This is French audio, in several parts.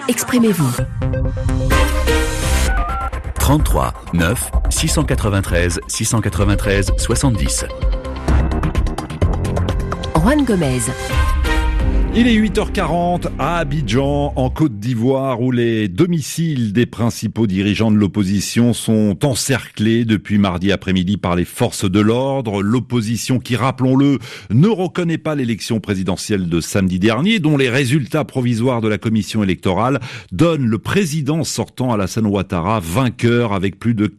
exprimez-vous. 33 9 693 693 70. Juan Gomez. Il est 8h40 à Abidjan, en Côte d'Ivoire, où les domiciles des principaux dirigeants de l'opposition sont encerclés depuis mardi après-midi par les forces de l'ordre. L'opposition qui, rappelons-le, ne reconnaît pas l'élection présidentielle de samedi dernier, dont les résultats provisoires de la commission électorale donnent le président sortant Alassane Ouattara vainqueur avec plus de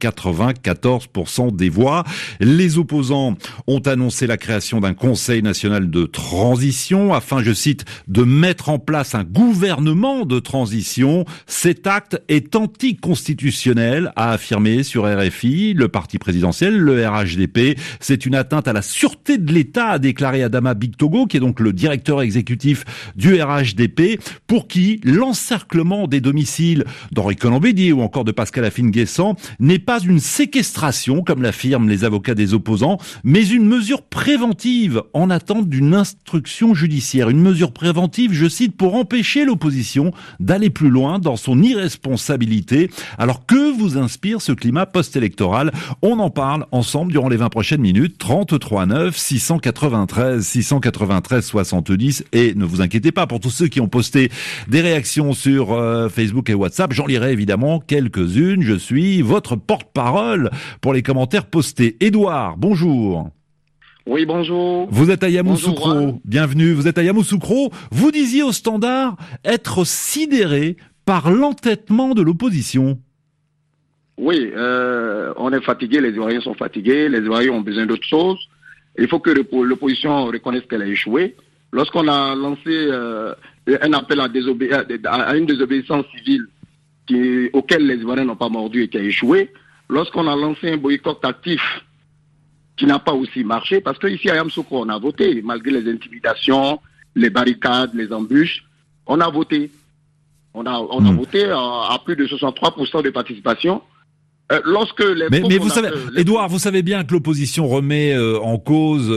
94% des voix. Les opposants ont annoncé la création d'un conseil national de transition afin, je cite, de mettre en place un gouvernement de transition. Cet acte est anticonstitutionnel, a affirmé sur RFI le parti présidentiel, le RHDP. C'est une atteinte à la sûreté de l'État, a déclaré Adama Bictogo, qui est donc le directeur exécutif du RHDP, pour qui l'encerclement des domiciles d'Henri Konan-Bédier ou encore de Pascal Afine-Guessant n'est pas une séquestration, comme l'affirment les avocats des opposants, mais une mesure préventive en attente d'une instruction judiciaire. Une mesure préventive, je cite, pour empêcher l'opposition d'aller plus loin dans son irresponsabilité. Alors que vous inspire ce climat post-électoral? On en parle ensemble durant les 20 prochaines minutes. 33 9 693 693 70. Et ne vous inquiétez pas, pour tous ceux qui ont posté des réactions sur Facebook et WhatsApp, j'en lirai évidemment quelques-unes. Je suis votre porte-parole pour les commentaires postés. Édouard, bonjour. Oui, bonjour. Vous êtes à Yamoussoukro. Bienvenue. Vous êtes à Yamoussoukro. Vous disiez au Standard être sidéré par l'entêtement de l'opposition. Oui, on est fatigué, les Ivoiriens sont fatigués, les Ivoiriens ont besoin d'autre chose. Il faut que l'opposition reconnaisse qu'elle a échoué. Lorsqu'on a lancé un appel à une désobéissance civile auquel les Ivoiriens n'ont pas mordu et qui a échoué, lorsqu'on a lancé un boycott actif qui n'a pas aussi marché, parce qu'ici à Yamoussoukro, on a voté, malgré les intimidations, les barricades, les embûches, on a voté. On a voté à plus de 63% de participation. Mais vous savez, Édouard, vous savez bien que l'opposition remet en cause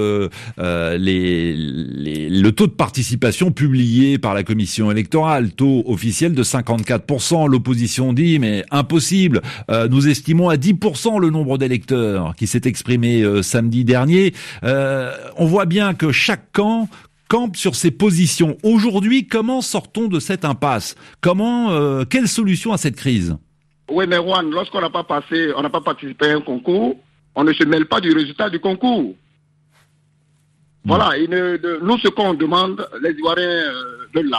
le taux de participation publié par la commission électorale, taux officiel de 54%. L'opposition dit, mais impossible, nous estimons à 10% le nombre d'électeurs qui s'est exprimé samedi dernier. On voit bien que chaque camp campe sur ses positions. Aujourd'hui, comment sortons de cette impasse? Quelle solution à cette crise? Oui, mais Juan, lorsqu'on n'a pas participé à un concours, on ne se mêle pas du résultat du concours. Voilà, nous, ce qu'on demande, les Ivoiriens veulent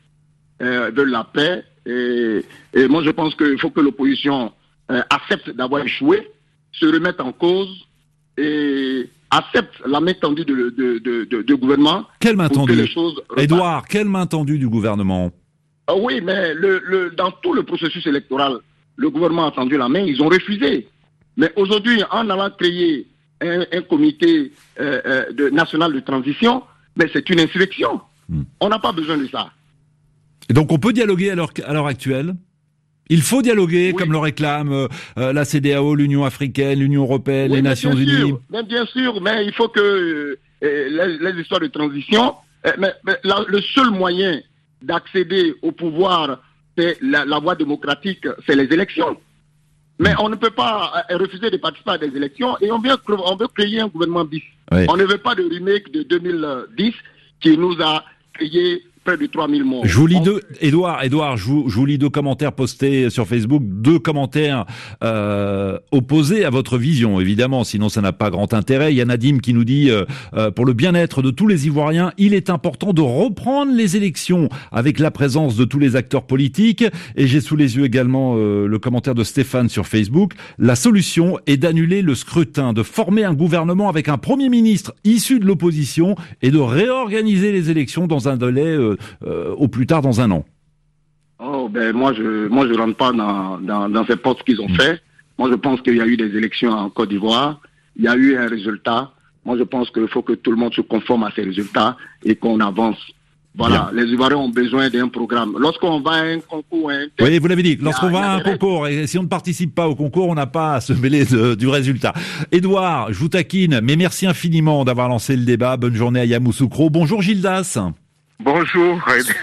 la paix, et moi je pense qu'il faut que l'opposition accepte d'avoir échoué, se remette en cause, et accepte la main tendue du gouvernement. Quelle main tendue? Édouard, quelle main tendue du gouvernement? Oui, mais dans tout le processus électoral, le gouvernement a tendu la main, ils ont refusé. Mais aujourd'hui, en allant créer un comité national de transition, mais c'est une insurrection. On n'a pas besoin de ça. Et donc on peut dialoguer à l'heure actuelle? Il faut dialoguer, oui, comme le réclament la CEDEAO, l'Union africaine, l'Union européenne, les Nations Unies. Bien sûr, mais il faut que les histoires de transition, le seul moyen d'accéder au pouvoir, c'est la voie démocratique, c'est les élections. Mais on ne peut pas refuser de participer à des élections et on veut créer un gouvernement bis. Oui. On ne veut pas de remake de 2010 qui nous a créé près de 3000 morts. Je vous lis Édouard, je vous lis deux commentaires postés sur Facebook, deux commentaires opposés à votre vision, évidemment, sinon ça n'a pas grand intérêt. Il y a Nadim qui nous dit pour le bien-être de tous les Ivoiriens, il est important de reprendre les élections avec la présence de tous les acteurs politiques. Et j'ai sous les yeux également le commentaire de Stéphane sur Facebook. La solution est d'annuler le scrutin, de former un gouvernement avec un premier ministre issu de l'opposition et de réorganiser les élections dans un délai au plus tard dans un an. Oh, moi je rentre pas dans ces postes qu'ils ont fait. Moi je pense qu'il y a eu des élections en Côte d'Ivoire, il y a eu un résultat. Moi je pense qu'il faut que tout le monde se conforme à ces résultats et qu'on avance. Voilà, bien. Les Ivoiriens ont besoin d'un programme. Lorsqu'on va à un concours... Oui, vous l'avez dit, lorsqu'on va à un concours, et si on ne participe pas au concours, on n'a pas à se mêler du résultat. Édouard, je vous taquine, mais merci infiniment d'avoir lancé le débat. Bonne journée à Yamoussoukro. Bonjour Gildas. Bonjour,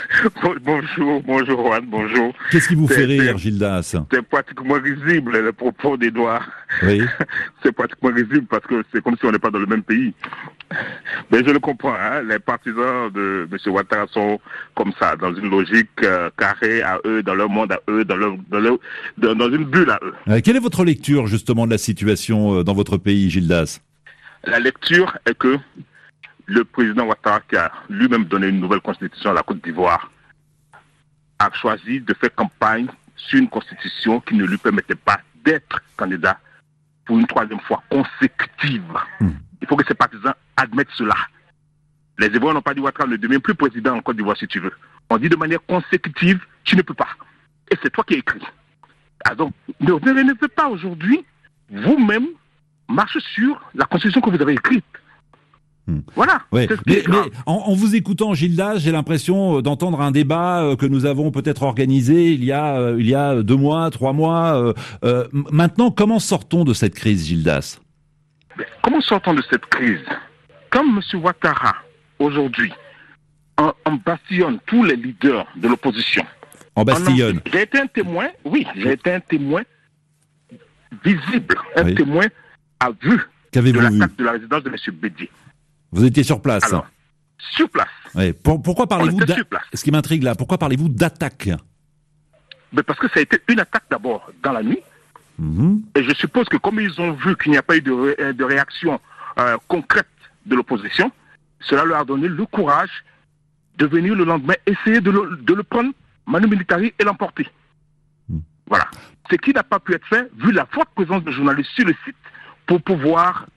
bonjour Juan, bonjour. Qu'est-ce qui vous fait rire, Gildas? C'est pratiquement risible, les propos d'Edouard. Oui. C'est pratiquement risible parce que c'est comme si on n'est pas dans le même pays. Mais je le comprends, hein, les partisans de M. Ouattara sont comme ça, dans une logique carrée à eux, dans leur monde à eux, dans une bulle à eux. Quelle est votre lecture, justement, de la situation dans votre pays, Gildas? La lecture est que le président Ouattara, qui a lui-même donné une nouvelle constitution à la Côte d'Ivoire, a choisi de faire campagne sur une constitution qui ne lui permettait pas d'être candidat pour une troisième fois consécutive. Il faut que ses partisans admettent cela. Les Ivoiriens n'ont pas dit Ouattara ne devient plus président en Côte d'Ivoire si tu veux. On dit de manière consécutive, tu ne peux pas. Et c'est toi qui as écrit. Alors, ne faites pas aujourd'hui, vous-même, marcher sur la constitution que vous avez écrite. Voilà. Ouais. Mais en vous écoutant, Gildas, j'ai l'impression d'entendre un débat que nous avons peut-être organisé il y a 2 mois, 3 mois. Maintenant, comment sortons de cette crise, Gildas? Comment sortons de cette crise? Comme M. Ouattara, aujourd'hui, on bastillonne tous les leaders de l'opposition. En bastillonne. J'ai été un témoin, j'ai été un témoin visible, un témoin à vue de l'attaque de la résidence de M. Bédié. Vous étiez sur place. Alors, sur place. Ouais. Pourquoi parlez-vous Ce qui m'intrigue là, pourquoi parlez-vous d'attaque? Parce que ça a été une attaque d'abord dans la nuit. Et je suppose que comme ils ont vu qu'il n'y a pas eu de réaction concrète de l'opposition, cela leur a donné le courage de venir le lendemain essayer de le prendre manu militari et l'emporter. Voilà. Ce qui n'a pas pu être fait vu la forte présence de journalistes sur le site pour pouvoir...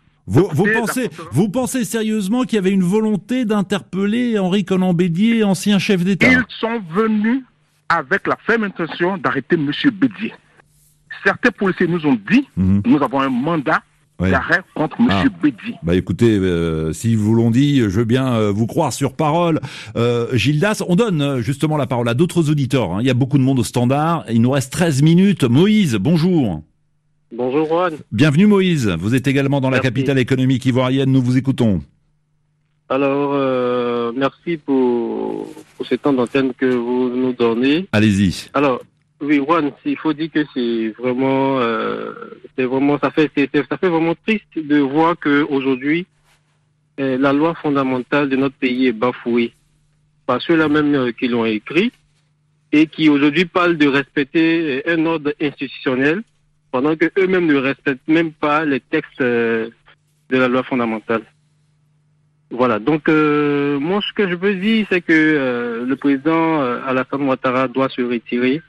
Vous pensez sérieusement qu'il y avait une volonté d'interpeller Henri Konan Bédié, ancien chef d'État? Ils sont venus avec la ferme intention d'arrêter M. Bédié. Certains policiers nous ont dit, nous avons un mandat d'arrêt contre M. Bédié. Écoutez, si vous l'ont dit, je veux bien vous croire sur parole. Gildas, on donne justement la parole à d'autres auditeurs. Il y a beaucoup de monde au standard. Il nous reste 13 minutes. Moïse, bonjour. Bonjour Juan. Bienvenue Moïse, vous êtes également dans la capitale économique ivoirienne, nous vous écoutons. Alors, merci pour ce temps d'antenne que vous nous donnez. Allez-y. Alors, oui Juan, il faut dire que c'est vraiment, ça fait vraiment triste de voir que aujourd'hui la loi fondamentale de notre pays est bafouée par ceux-là même qui l'ont écrit et qui aujourd'hui parlent de respecter un ordre institutionnel, pendant que eux-mêmes ne respectent même pas les textes de la loi fondamentale. Voilà, donc moi ce que je peux dire, c'est que le président Alassane Ouattara doit se retirer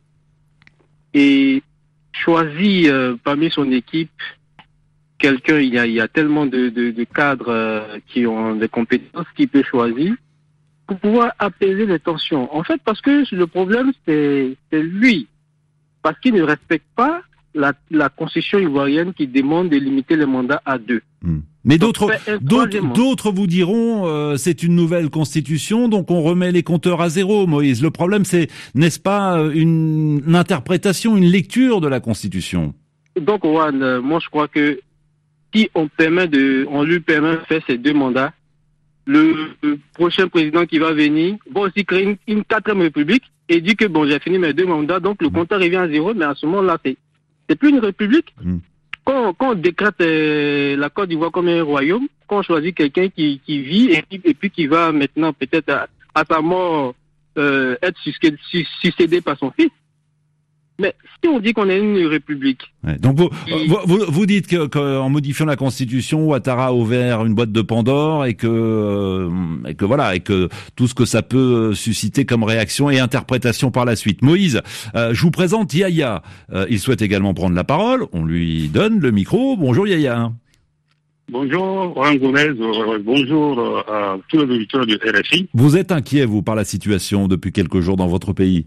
et choisir parmi son équipe quelqu'un, il y a tellement de cadres qui ont des compétences qu'il peut choisir pour pouvoir apaiser les tensions. En fait, parce que le problème, c'est lui, parce qu'il ne respecte pas la constitution ivoirienne qui demande de limiter les mandats à 2. Mais d'autres vous diront c'est une nouvelle constitution, donc on remet les compteurs à zéro, Moïse. Le problème, c'est, n'est-ce pas, une interprétation, une lecture de la constitution? Donc, Juan, moi je crois que si on lui permet de faire ces 2 mandats, le prochain président qui va venir va aussi créer une 4e république et dit que bon, j'ai fini mes 2 mandats, donc le compteur revient à zéro, mais à ce moment-là, c'est plus une république. Quand on décrète la Côte d'Ivoire comme un royaume, quand on choisit quelqu'un qui vit et puis qui va maintenant peut-être à sa mort être succédé par son fils. Mais si on dit qu'on est une république... Donc vous dites qu'en modifiant la Constitution, Ouattara a ouvert une boîte de Pandore et que tout ce que ça peut susciter comme réaction et interprétation par la suite. Moïse, je vous présente Yaya. Il souhaite également prendre la parole. On lui donne le micro. Bonjour Yaya. Bonjour Juan Gomez, bonjour à tous les auditeurs de RFI. Vous êtes inquiet, vous, par la situation depuis quelques jours dans votre pays?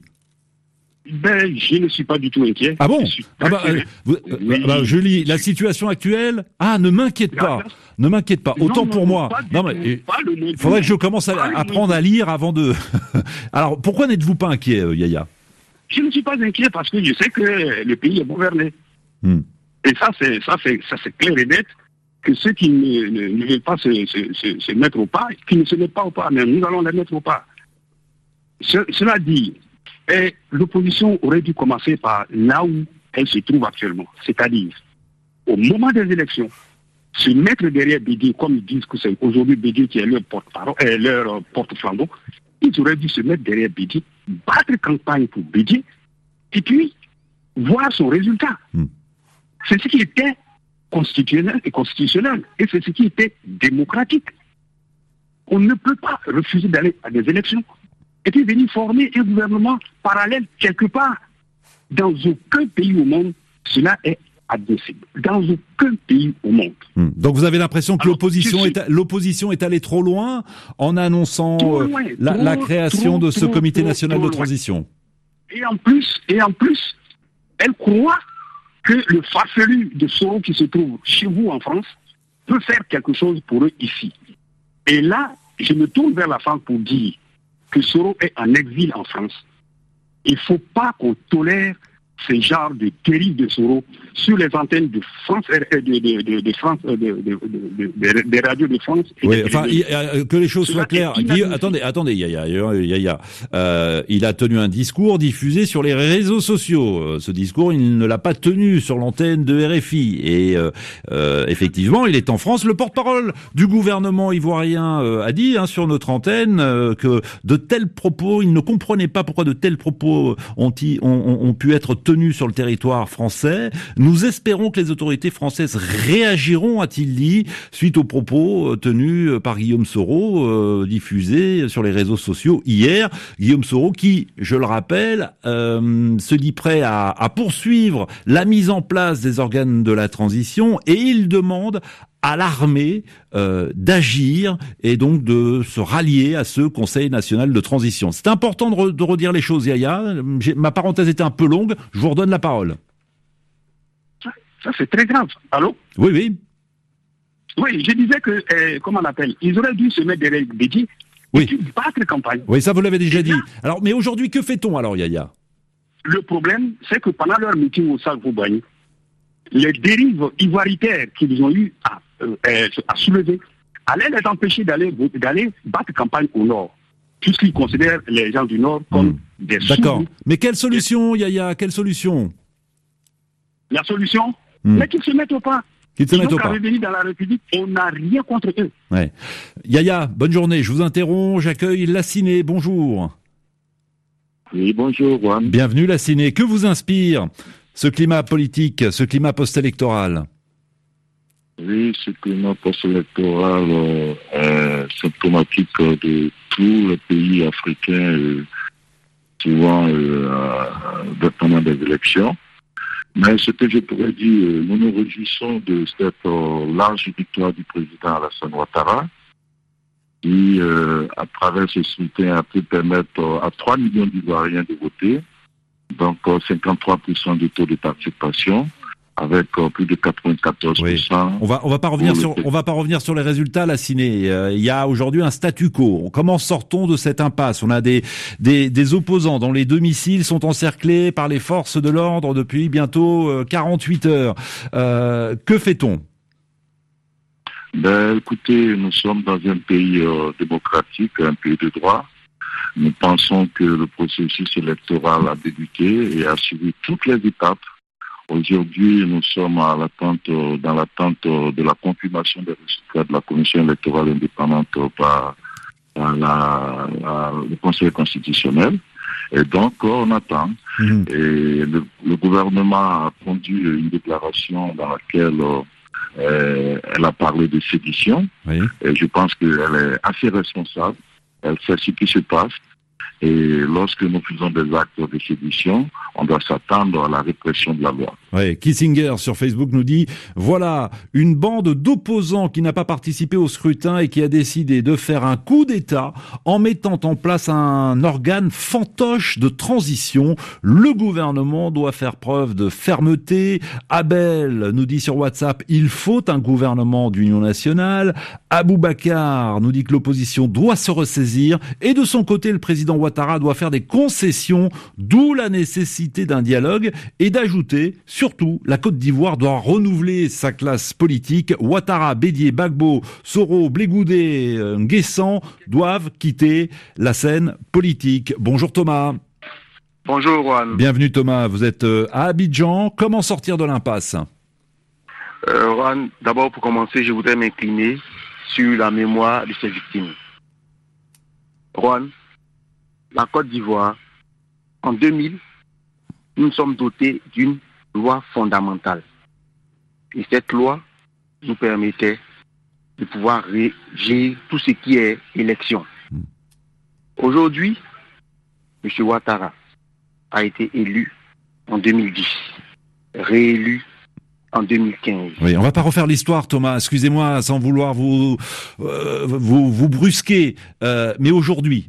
Je ne suis pas du tout inquiet. Ah bon? Je lis la situation actuelle. Ne m'inquiète pas. Ne m'inquiète pas. Autant pour moi. Il faudrait que je commence à apprendre à lire avant de... Alors, pourquoi n'êtes-vous pas inquiet, Yaya? Je ne suis pas inquiet parce que je sais que le pays est gouverné. Et ça, c'est clair et net que ceux qui ne veulent pas se mettre au pas, qui ne se mettent pas au pas, mais nous allons les mettre au pas. cela dit, l'opposition aurait dû commencer par là où elle se trouve actuellement, c'est-à-dire au moment des élections, se mettre derrière Bédié, comme ils disent que c'est aujourd'hui Bédié qui est leur porte-parole, leur porte-flambeau. Ils auraient dû se mettre derrière Bédié, battre campagne pour Bédié, et puis voir son résultat. C'est ce qui était constitutionnel, et c'est ce qui était démocratique. On ne peut pas refuser d'aller à des élections et puis venir former un gouvernement parallèle quelque part. Dans aucun pays au monde, cela est admissible. Dans aucun pays au monde. Donc vous avez l'impression que l'opposition est allée trop loin en annonçant la création de ce comité national de transition. Et en plus, elle croit que le farfelu de Soro qui se trouve chez vous en France peut faire quelque chose pour eux ici. Et là, je me tourne vers la France pour dire que Soro est en exil en France. Il ne faut pas qu'on tolère ces genres de dérives de Soro sur les antennes de France, des radios de France. Oui, enfin, que les choses soient claires. Attendez, Yaya. Il a tenu un discours diffusé sur les réseaux sociaux. Ce discours, il ne l'a pas tenu sur l'antenne de RFI. Et effectivement, il est en France. Le porte-parole du gouvernement ivoirien a dit sur notre antenne que de tels propos, il ne comprenait pas pourquoi de tels propos ont pu être tenus sur le territoire français. Nous espérons que les autorités françaises réagiront, a-t-il dit, suite aux propos tenus par Guillaume Soro, diffusés sur les réseaux sociaux hier. Guillaume Soro qui, je le rappelle, se dit prêt à poursuivre la mise en place des organes de la transition, et il demande à l'armée d'agir et donc de se rallier à ce Conseil national de transition. C'est important de redire les choses, Yaya. Ma parenthèse était un peu longue, je vous redonne la parole. Ça c'est très grave. Allô ? Oui. Oui, je disais que, comment on appelle, ils auraient dû se mettre derrière Bédié et puis battre campagne. Oui, ça vous l'avez déjà dit. Alors, mais aujourd'hui, que fait-on alors, Yaya ? Le problème, c'est que pendant leur meeting au Sac-Vauban, les dérives ivoiritaires qu'ils ont eu à soulever allaient les empêcher d'aller battre campagne au Nord, puisqu'ils considèrent les gens du Nord comme des sous. D'accord. Mais quelle solution, Yaya ? Quelle solution ? La solution, mais qu'ils se mettent au pas. Qu'ils se mettent au pas. Revenir dans la République, on n'a rien contre eux. Ouais. Yaya, bonne journée. Je vous interromps. J'accueille Lassiné. Bonjour. Oui, bonjour, Juan. Bienvenue, Lassiné. Que vous inspire ce climat politique, ce climat post-électoral ? Oui, ce climat post-électoral est symptomatique de tous les pays africains, souvent pendant des élections. Mais ce que je pourrais dire, nous nous réjouissons de cette large victoire du président Alassane Ouattara, qui, à travers ce scrutin, a pu permettre à 3 millions d'Ivoiriens de voter, donc 53% du taux de participation, avec plus de 94%. Oui. On va pas revenir sur les résultats, Lassiné. Il y a aujourd'hui un statu quo. Comment sortons de cette impasse ? On a des opposants dont les domiciles sont encerclés par les forces de l'ordre depuis bientôt 48 heures. Que fait-on ? Écoutez, nous sommes dans un pays démocratique, un pays de droit. Nous pensons que le processus électoral a débuté et a suivi toutes les étapes. Aujourd'hui, nous sommes dans l'attente de la confirmation des résultats de la Commission électorale indépendante par le Conseil constitutionnel. Et donc, on attend. Et le gouvernement a conduit une déclaration dans laquelle elle a parlé de sédition. Oui. Et je pense qu'elle est assez responsable. Elle sait ce qui se passe. Et lorsque nous faisons des actes de sédition, on doit s'attendre à la répression de la loi. Oui, Kissinger sur Facebook nous dit « Voilà, une bande d'opposants qui n'a pas participé au scrutin et qui a décidé de faire un coup d'État en mettant en place un organe fantoche de transition. Le gouvernement doit faire preuve de fermeté. Abel nous dit sur WhatsApp « Il faut un gouvernement d'union nationale. » Aboubacar nous dit que l'opposition doit se ressaisir. Et de son côté, le président Ouattara doit faire des concessions, d'où la nécessité d'un dialogue, et d'ajouter sur surtout, la Côte d'Ivoire doit renouveler sa classe politique. Ouattara, Bédié, Gbagbo, Soro, Blé-Goudé, Nguessan doivent quitter la scène politique. Bonjour Thomas. Bonjour Juan. Bienvenue Thomas, vous êtes à Abidjan. Comment sortir de l'impasse? Juan, d'abord pour commencer, je voudrais m'incliner sur la mémoire de ces victimes. Juan, la Côte d'Ivoire, en 2000, nous sommes dotés d'une loi fondamentale. Et cette loi nous permettait de pouvoir gérer tout ce qui est élection. Aujourd'hui, M. Ouattara a été élu en 2010, réélu en 2015. Oui, on va pas refaire l'histoire, Thomas. Excusez-moi, sans vouloir vous brusquer. Mais aujourd'hui,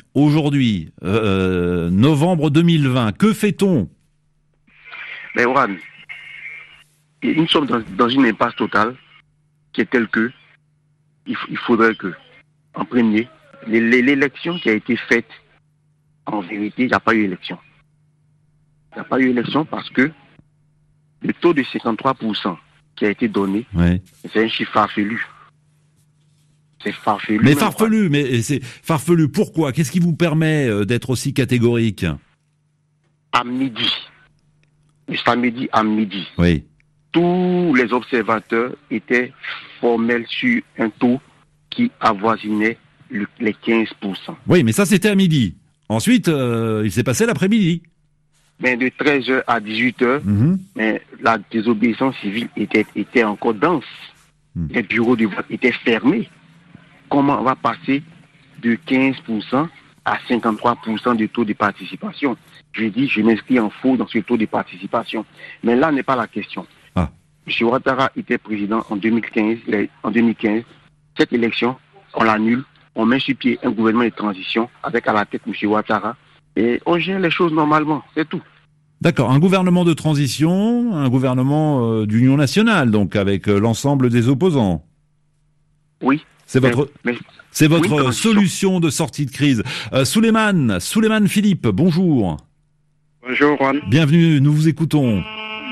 novembre 2020, que fait-on? Mais Juan, nous sommes dans une impasse totale qui est telle que il faudrait que, en premier, l'élection qui a été faite, en vérité, il n'y a pas eu élection. Il n'y a pas eu élection parce que le taux de 53% qui a été donné, c'est un chiffre farfelu. C'est farfelu. Mais farfelu, c'est farfelu. Pourquoi? Qu'est-ce qui vous permet d'être aussi catégorique? À midi, le samedi à midi, oui, tous les observateurs étaient formels sur un taux qui avoisinait les 15%. Oui, mais ça c'était à midi. Ensuite, il s'est passé l'après-midi. Mais de 13h à 18h, mais la désobéissance civile était encore dense. Les bureaux de vote étaient fermés. Comment on va passer de 15% à 53% de taux de participation? Je dis, je m'inscris en faux dans ce taux de participation. Mais là n'est pas la question. M. Ouattara était président en 2015. En 2015, cette élection, on l'annule. On met sur pied un gouvernement de transition avec à la tête M. Ouattara. Et on gère les choses normalement, c'est tout. D'accord, un gouvernement de transition, un gouvernement d'union nationale, donc avec l'ensemble des opposants. Oui. C'est votre solution de sortie de crise. Souleymane Philippe, bonjour. Bonjour Juan. Bienvenue, nous vous écoutons.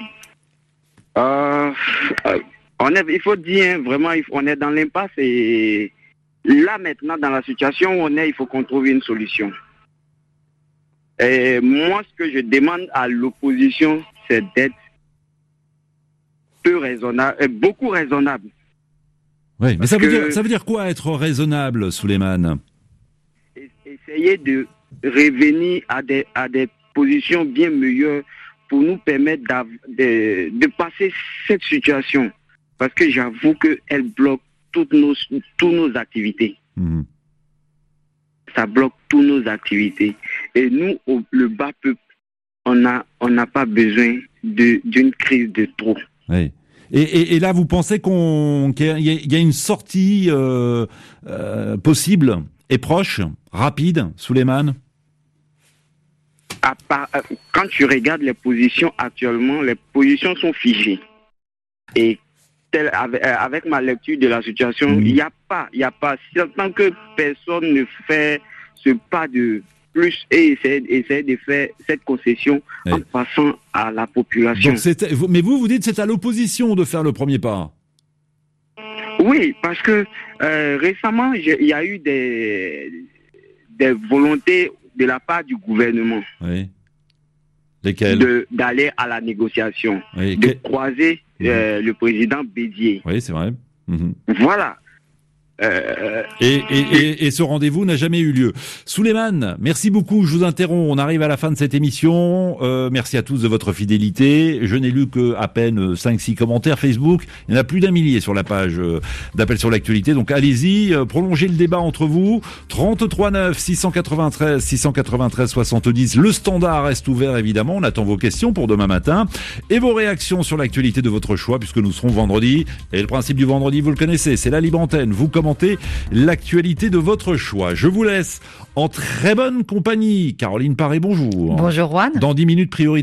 Il faut dire, vraiment, on est dans l'impasse et là maintenant, dans la situation où on est, il faut qu'on trouve une solution. Et moi, ce que je demande à l'opposition, c'est d'être peu raisonnable, beaucoup raisonnable. Oui, mais ça veut dire quoi être raisonnable, Souleymane? Essayer de revenir à des positions bien meilleures pour nous permettre de passer cette situation. Parce que j'avoue qu'elle bloque toutes nos activités. Ça bloque toutes nos activités. Et nous, le bas peuple, on n'a pas besoin d'une crise de trop. Oui. Et là, vous pensez qu'il y a une sortie possible et proche, rapide, Souleymane? Quand tu regardes les positions actuellement, les positions sont figées. Et avec ma lecture de la situation, il n'y a pas. Tant que personne ne fait ce pas de plus et essayer de faire cette concession en passant à la population. Donc mais vous dites que c'est à l'opposition de faire le premier pas. Oui, parce que récemment, il y a eu des volontés de la part du gouvernement. Oui. Lesquelles? D'aller à la négociation, de croiser le président Bédié. Oui, c'est vrai. Voilà. Et ce rendez-vous n'a jamais eu lieu. Souleymane, merci beaucoup. Je vous interromps. On arrive à la fin de cette émission. Merci à tous de votre fidélité. Je n'ai lu que à peine 5-6 commentaires Facebook. Il y en a plus d'un millier sur la page d'Appel sur l'actualité. Donc allez-y, prolongez le débat entre vous. 33 9 693 70. Le standard reste ouvert évidemment. On attend vos questions pour demain matin et vos réactions sur l'actualité de votre choix puisque nous serons vendredi. Et le principe du vendredi, vous le connaissez, c'est la libre antenne. Vous commentez l'actualité de votre choix. Je vous laisse en très bonne compagnie. Caroline Paré, bonjour. Bonjour Juan. Dans 10 minutes, priorité.